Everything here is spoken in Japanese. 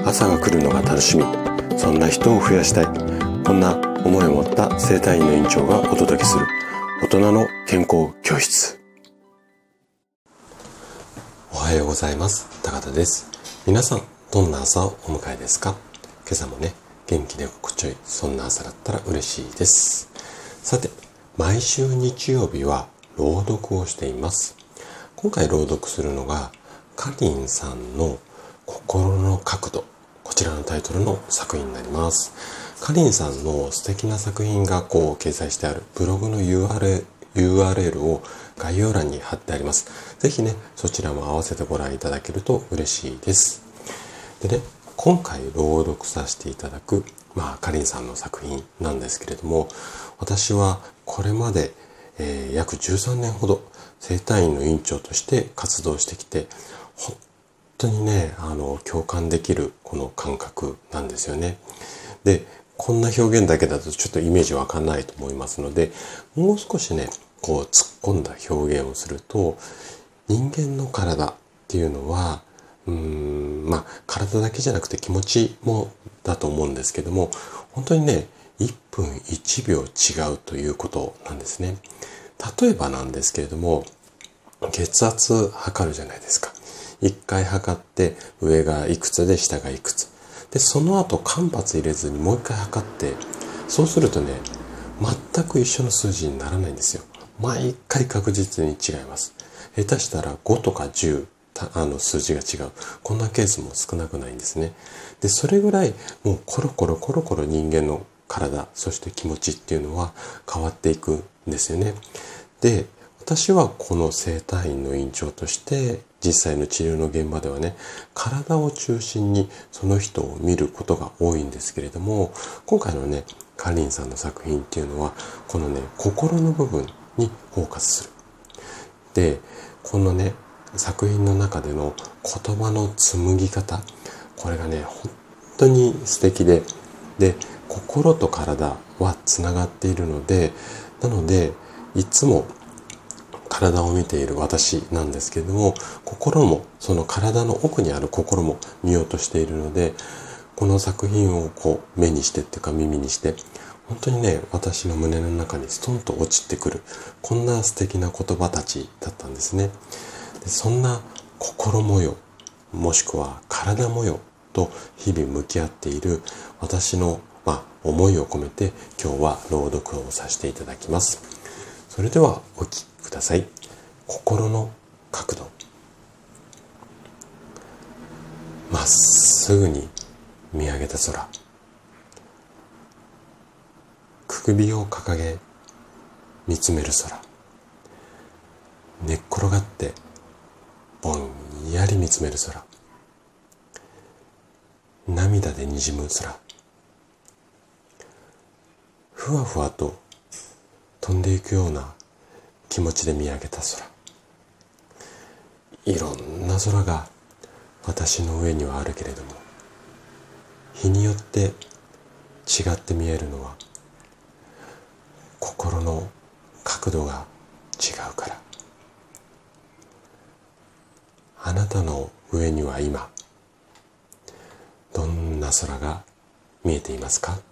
朝が来るのが楽しみ、そんな人を増やしたい、こんな思いを持った整体院の院長がお届けする大人の健康教室。おはようございます。高田です。皆さんどんな朝をお迎えですか？今朝もね、元気で心地よい、そんな朝だったら嬉しいです。さて、毎週日曜日は朗読をしています。今回朗読するのがかりんさんの心の角度、こちらのタイトルの作品になります。かりんさんの素敵な作品が掲載してあるブログの URL を概要欄に貼ってあります。ぜひね、そちらも合わせてご覧いただけると嬉しいです。でね、今回朗読させていただくかりんさんの作品なんですけれども、私はこれまで、約13年ほど整体院の院長として活動してきて、本当にね、共感できるこの感覚なんですよね。で、こんな表現だけだとちょっとイメージわかんないと思いますので、もう少しね、突っ込んだ表現をすると、人間の体っていうのは、体だけじゃなくて気持ちもだと思うんですけども、本当にね、1分1秒違うということなんですね。例えばなんですけれども、血圧測るじゃないですか。一回測って上がいくつで下がいくつで、その後間髪入れずにもう一回測って、そうするとね、全く一緒の数字にならないんですよ。毎回確実に違います。下手したら5とか10数字が違う、こんなケースも少なくないんですね。で、それぐらいもうコロコロ人間の体、そして気持ちっていうのは変わっていくんですよね。で、私はこの整体院の院長として実際の治療の現場ではね、体を中心にその人を見ることが多いんですけれども、今回のね、かりんさんの作品っていうのはこのね、心の部分にフォーカスする。で、このね、作品の中での言葉の紡ぎ方、これがね、本当に素敵で、心と体はつながっているので、なのでいつも体を見ている私なんですけれども、心も、その体の奥にある心も見ようとしているので、この作品を目にしてっていうか耳にして、本当にね、私の胸の中にストンと落ちてくる、こんな素敵な言葉たちだったんですね。で、そんな心模様、もしくは体模様と日々向き合っている私の思いを込めて今日は朗読をさせていただきます。それではお聞きください。心の角度。まっすぐに見上げた空。首を掲げ見つめる空。寝っ転がってぼんやり見つめる空。涙でにじむ空。ふわふわと飛んでいくような気持ちで見上げた空。いろんな空が私の上にはあるけれども、日によって違って見えるのは心の角度が違うから。あなたの上には今どんな空が見えていますか？